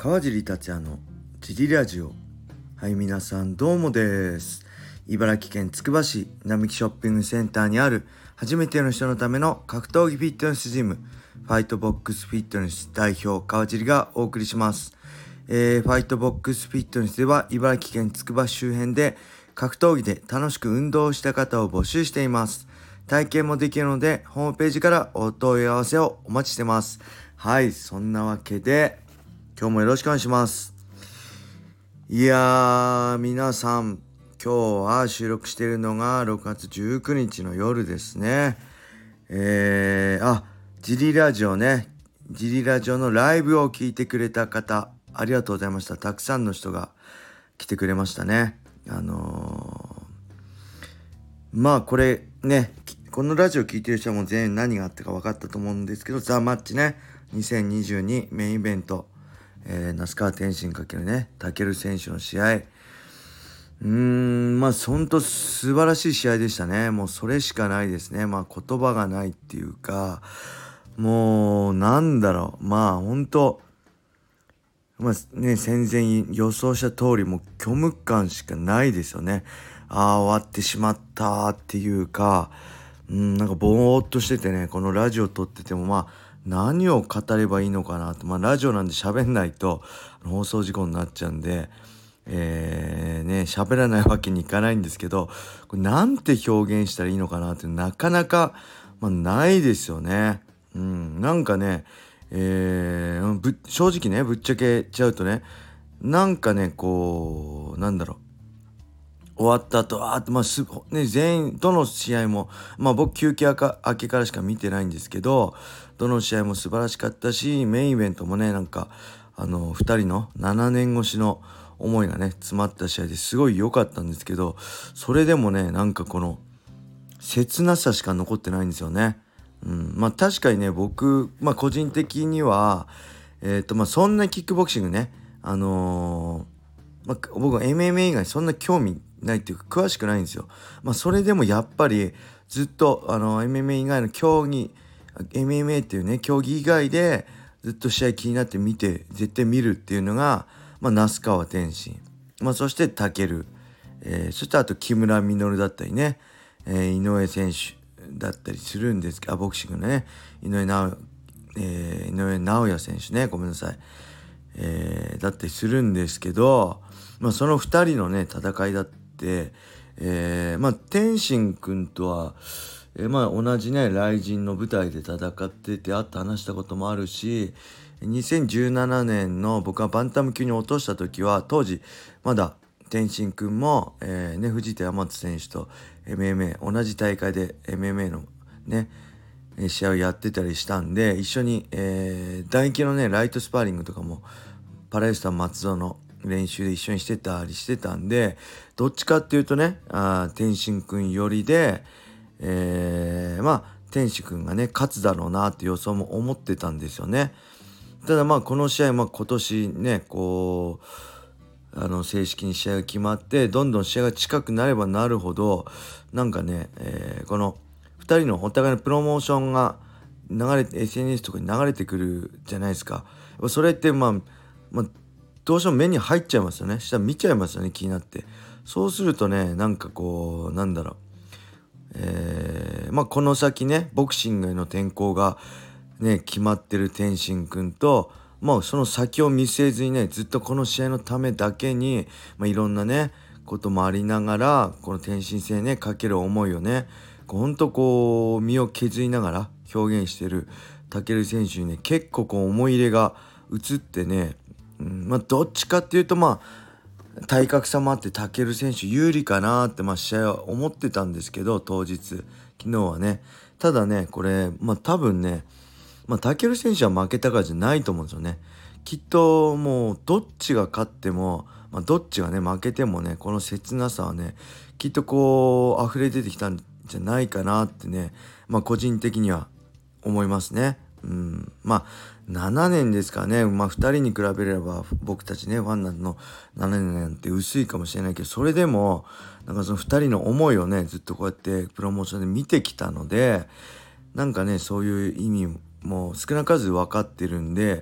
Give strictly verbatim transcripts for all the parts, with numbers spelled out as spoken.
川尻達也のジリラジオ。はい、皆さんどうもです。茨城県つくば市並木ショッピングセンターにある初めての人のための格闘技フィットネスジム、ファイトボックスフィットネス代表川尻がお送りします。えー、ファイトボックスフィットネスでは茨城県つくば市周辺で格闘技で楽しく運動した方を募集しています。体験もできるのでホームページからお問い合わせをお待ちしてます。はい、そんなわけで今日もよろしくお願いします。いやー、皆さん、今日は収録しているのがろくがつじゅうくにちの夜ですね。えー、あ、ジリラジオね。ジリラジオのライブを聞いてくれた方、ありがとうございました。たくさんの人が来てくれましたね。あのー、まあこれね、このラジオ聞いてる人はもう全員何があったか分かったと思うんですけど、ザ・マッチね、にせんにじゅうにメインイベント、えー、那須川天心かけるね、タケル選手の試合。うーん、まあ、ほんと素晴らしい試合でしたね。もうそれしかないですね。まあ、言葉がないっていうか、もう、なんだろう。まあ、ほんと、まあね、戦前予想した通り、もう虚無感しかないですよね。ああ、終わってしまったっていうか、うん、なんかぼーっとしててね、このラジオ撮ってても、まあ、何を語ればいいのかなと。まあ、ラジオなんで喋んないと放送事故になっちゃうんで、えー、ね、喋らないわけにいかないんですけど、これなんて表現したらいいのかなってなかなか、まあ、ないですよね。うん、なんかね、えー、ぶ正直ね、ぶっちゃけちゃうとね、なんかね、こう、なんだろう。終わった後、あーまあす、ね、全員、どの試合も、まあ僕休憩明けからしか見てないんですけど、どの試合も素晴らしかったし、メインイベントもね、なんか、あの、ふたりのななねん越しの思いがね、詰まった試合ですごい良かったんですけど、それでもね、なんかこの、切なさしか残ってないんですよね。うん、まあ確かにね、僕、まあ個人的には、えっと、まあそんなキックボクシングね、あのーまあ、僕は エムエムエー 以外そんな興味ないっていうか詳しくないんですよ。まあそれでもやっぱりずっとあの エムエムエー 以外の競技 エムエムエー っていうね競技以外でずっと試合気になって見て絶対見るっていうのが、まあ、那須川天心、まあ、そしてタケル、えー、そしてあと木村稔だったりね、えー、井上選手だったりするんですけど、ボクシングのね井上直、えー、井上尚弥選手ね、ごめんなさい、えー、だったりするんですけど、まあ、そのふたりのね戦いだって、えー、まあ天心くんとは、えー、まあ同じねライジンの舞台で戦ってて会って話したこともあるし、にせんじゅうななねんの僕がバンタム級に落とした時は当時まだ天心くんも、えー、ね藤田大和選手と エムエムエー 同じ大会で エムエムエー のね試合をやってたりしたんで、一緒に、えー、唾液のねライトスパーリングとかもパラエスタ松戸の練習で一緒にしてたりしてたんで、どっちかっていうとね、あ天心くんよりで、えー、まあ天心くんがね勝つだろうなって予想も思ってたんですよね。ただまあこの試合、まあ、今年ねこうあの正式に試合が決まってどんどん試合が近くなればなるほどなんかね、えー、このふたりのお互いのプロモーションが流れて エスエヌエス とかに流れてくるじゃないですか。それってまあ、まあ、どうしても目に入っちゃいますよね。下見ちゃいますよね、気になって。そうするとねなんかこうなんだろう、えー、まあこの先ねボクシングへの転向がね決まってる天心くんと、まあその先を見据えずにねずっとこの試合のためだけに、まあ、いろんなねこともありながらこの天心戦ねかける思いをねほんとこう身を削りながら表現してるタケル選手にね結構こう思い入れが移ってね、うん、まあどっちかっていうとまあ体格差もあってタケル選手有利かなってまあ試合は思ってたんですけど、当日昨日はねただねこれまあ多分ねまあタケル選手は負けたからじゃないと思うんですよね。きっともうどっちが勝っても、まあ、どっちがね負けてもねこの切なさはねきっとこう溢れ出てきたんじゃないかなってねまあ個人的には思いますね。うん、まあななねんですかね。まあふたりに比べれば僕たちねファンなのななねんなんて薄いかもしれないけど、それでもなんかそのふたりの思いをねずっとこうやってプロモーションで見てきたので、なんかねそういう意味も少なからず分かってるんで、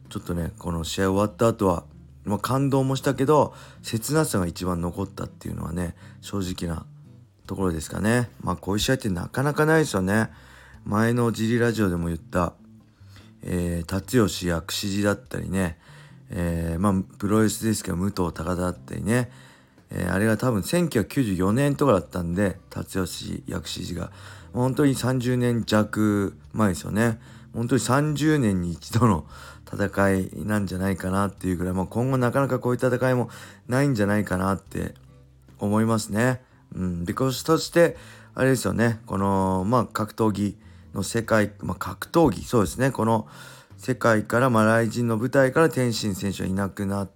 ちょっとねこの試合終わった後は、まあ、感動もしたけど切なさが一番残ったっていうのはね正直なところですかね。まあこういう試合ってなかなかないですよね。前のジリラジオでも言ったえー、辰吉薬師寺だったりね、えー、まあプロレスですけど武藤高田だったりね、えー、あれが多分せんきゅうひゃくきゅうじゅうよねんとかだったんで、辰吉薬師寺が本当にさんじゅうねん弱前ですよね。本当にさんじゅうねんに一度の戦いなんじゃないかなっていうぐらい、まあ、今後なかなかこういう戦いもないんじゃないかなって思いますね。うん、でそしてあれですよね、このまあ格闘技の世界、まあ、格闘技そうですね、この世界からまあライジンの舞台から天心選手はいなくなって、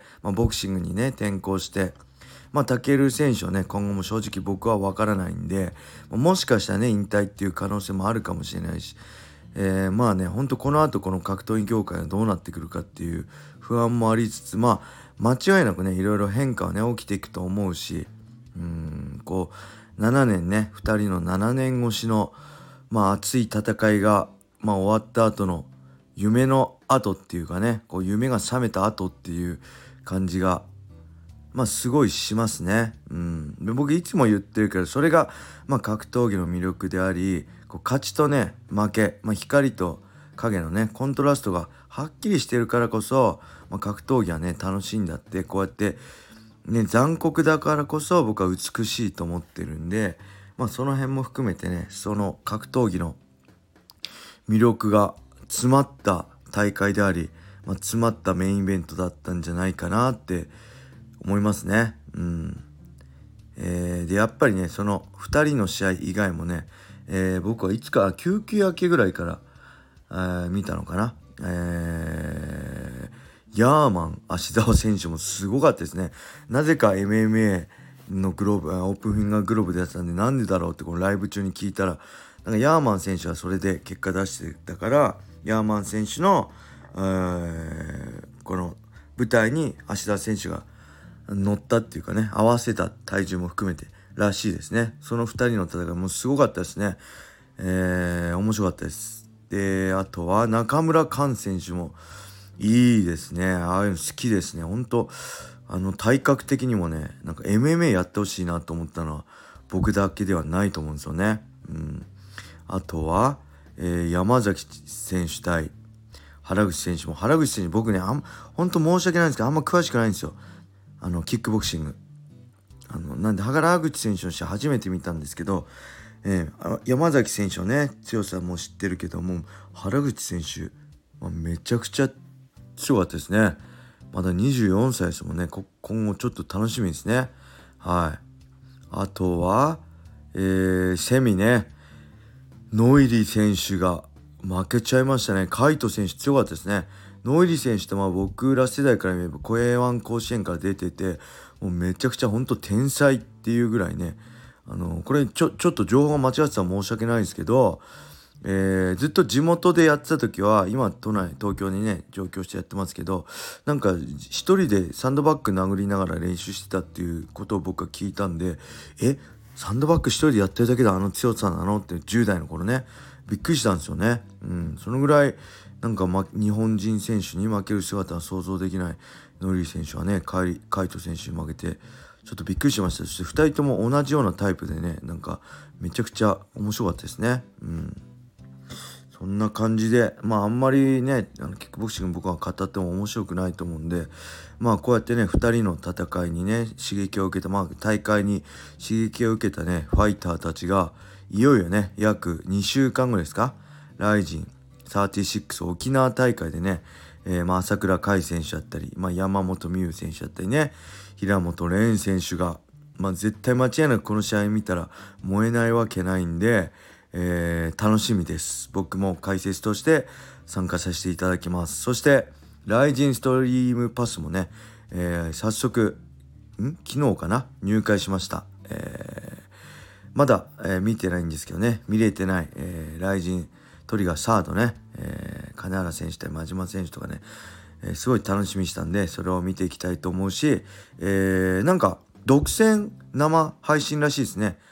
まあ、ボクシングにね転向して、まあタケル選手はね今後も正直僕は分からないんで、もしかしたらね引退っていう可能性もあるかもしれないし、えー、まあねほんとこの後この格闘技業界がどうなってくるかっていう不安もありつつ、まあ間違いなくねいろいろ変化はね起きていくと思うし、うーんこうななねんねふたりのななねん越しのまあ熱い戦いがまあ終わった後の夢の後っていうかね、こう夢が覚めた後っていう感じがまあすごいしますね。うん。で僕いつも言ってるけど、それがまあ格闘技の魅力であり、こう勝ちとね負け、まあ、光と影のねコントラストがはっきりしてるからこそ、まあ、格闘技はね楽しいんだって、こうやってね残酷だからこそ僕は美しいと思ってるんで、まあその辺も含めてね、その格闘技の魅力が詰まった大会であり、まあ、詰まったメインイベントだったんじゃないかなって思いますね。うん。えー、でやっぱりねそのふたりの試合以外もね、えー、僕はいつか救急明けぐらいから、えー、見たのかな。えー、ヤーマン芦澤選手もすごかったですね。なぜか エムエムエー のグローブオープンフィンガーグローブでやってたんで、なんでだろうってこのライブ中に聞いたら、なんかヤーマン選手はそれで結果出してたから、ヤーマン選手の、えー、この舞台に芦澤選手が乗ったっていうかね、合わせた体重も含めてらしいですね。そのふたりの戦いもすごかったですね。えー、面白かったです。であとは中村寛選手もいいですね。ああいうの好きですね。本当あの体格的にもね、なんか エムエムエー やってほしいなと思ったのは僕だけではないと思うんですよね。うん。あとは、えー、山崎選手対原口選手も、原口選手僕ねあん本当申し訳ないんですけどあんま詳しくないんですよ。あのキックボクシングあのなんで原口選手の試合初めて見たんですけど、えー、あの山崎選手のね強さも知ってるけども、原口選手、まあ、めちゃくちゃ強かったですね。まだにじゅうよんさいですもんね。今後ちょっと楽しみですね。はい。あとは、えー、セミね、ノイリー選手が負けちゃいましたね。カイト選手強かったですね。ノイリー選手ってまあ僕ら世代から見ればエーワン甲子園から出てて、もうめちゃくちゃ本当天才っていうぐらいね、あのこれちょちょっと情報が間違ってたら申し訳ないんですけど、えー、ずっと地元でやってた時は、今都内東京にね上京してやってますけど、なんか一人でサンドバッグ殴りながら練習してたっていうことを僕は聞いたんで、えサンドバッグ一人でやってるだけであの強さなのってじゅう代の頃ねびっくりしたんですよね。うん、そのぐらいなんか、ま、日本人選手に負ける姿は想像できないノリー選手はね、カイカイト選手に負けてちょっとびっくりしました。そしてふたりとも同じようなタイプでね、なんかめちゃくちゃ面白かったですね。うん、そんな感じで、まああんまりねあのキックボクシング僕は語っても面白くないと思うんで、まあこうやってねふたりの戦いにね刺激を受けた、まあ大会に刺激を受けたねファイターたちがいよいよね約にしゅうかんぐらいですか、ライジンさんじゅうろく沖縄大会でね、えー、まあ朝倉海選手だったり、まあ、山本美宇選手だったりね、平本蓮選手が、まあ、絶対間違いなくこの試合見たら燃えないわけないんで、えー、楽しみです。僕も解説として参加させていただきます。そしてライジンストリームパスもね、えー、早速ん昨日かな入会しました。えー、まだ、えー、見てないんですけどね、見れてない、えー、ライジントリガーサードね、えー、金原選手対真島選手とかね、えー、すごい楽しみにしたんでそれを見ていきたいと思うし、えー、なんか独占生配信らしいですね。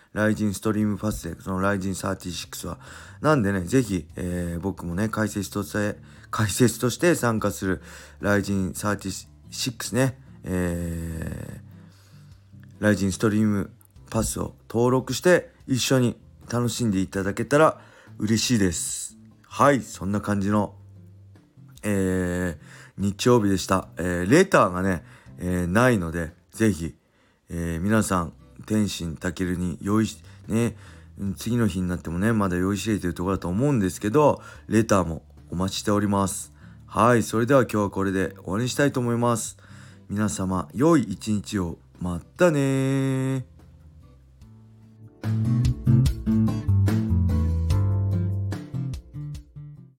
ライジンストリームパスで、そのライジンサーティシックスは。なんでね、ぜひ、えー、僕もね、解説として、解説として参加するライジンサーティシックスね、えー、ライジンストリームパスを登録して一緒に楽しんでいただけたら嬉しいです。はい、そんな感じの、えー、日曜日でした。えー、レターがね、えー、ないので、ぜひ、えー、皆さん、天心たけるに用意し、ね、次の日になってもね、まだ用意しれてるところだと思うんですけど、レターもお待ちしております。はい、それでは今日はこれで終わりにしたいと思います。皆様、良い一日を。またねー。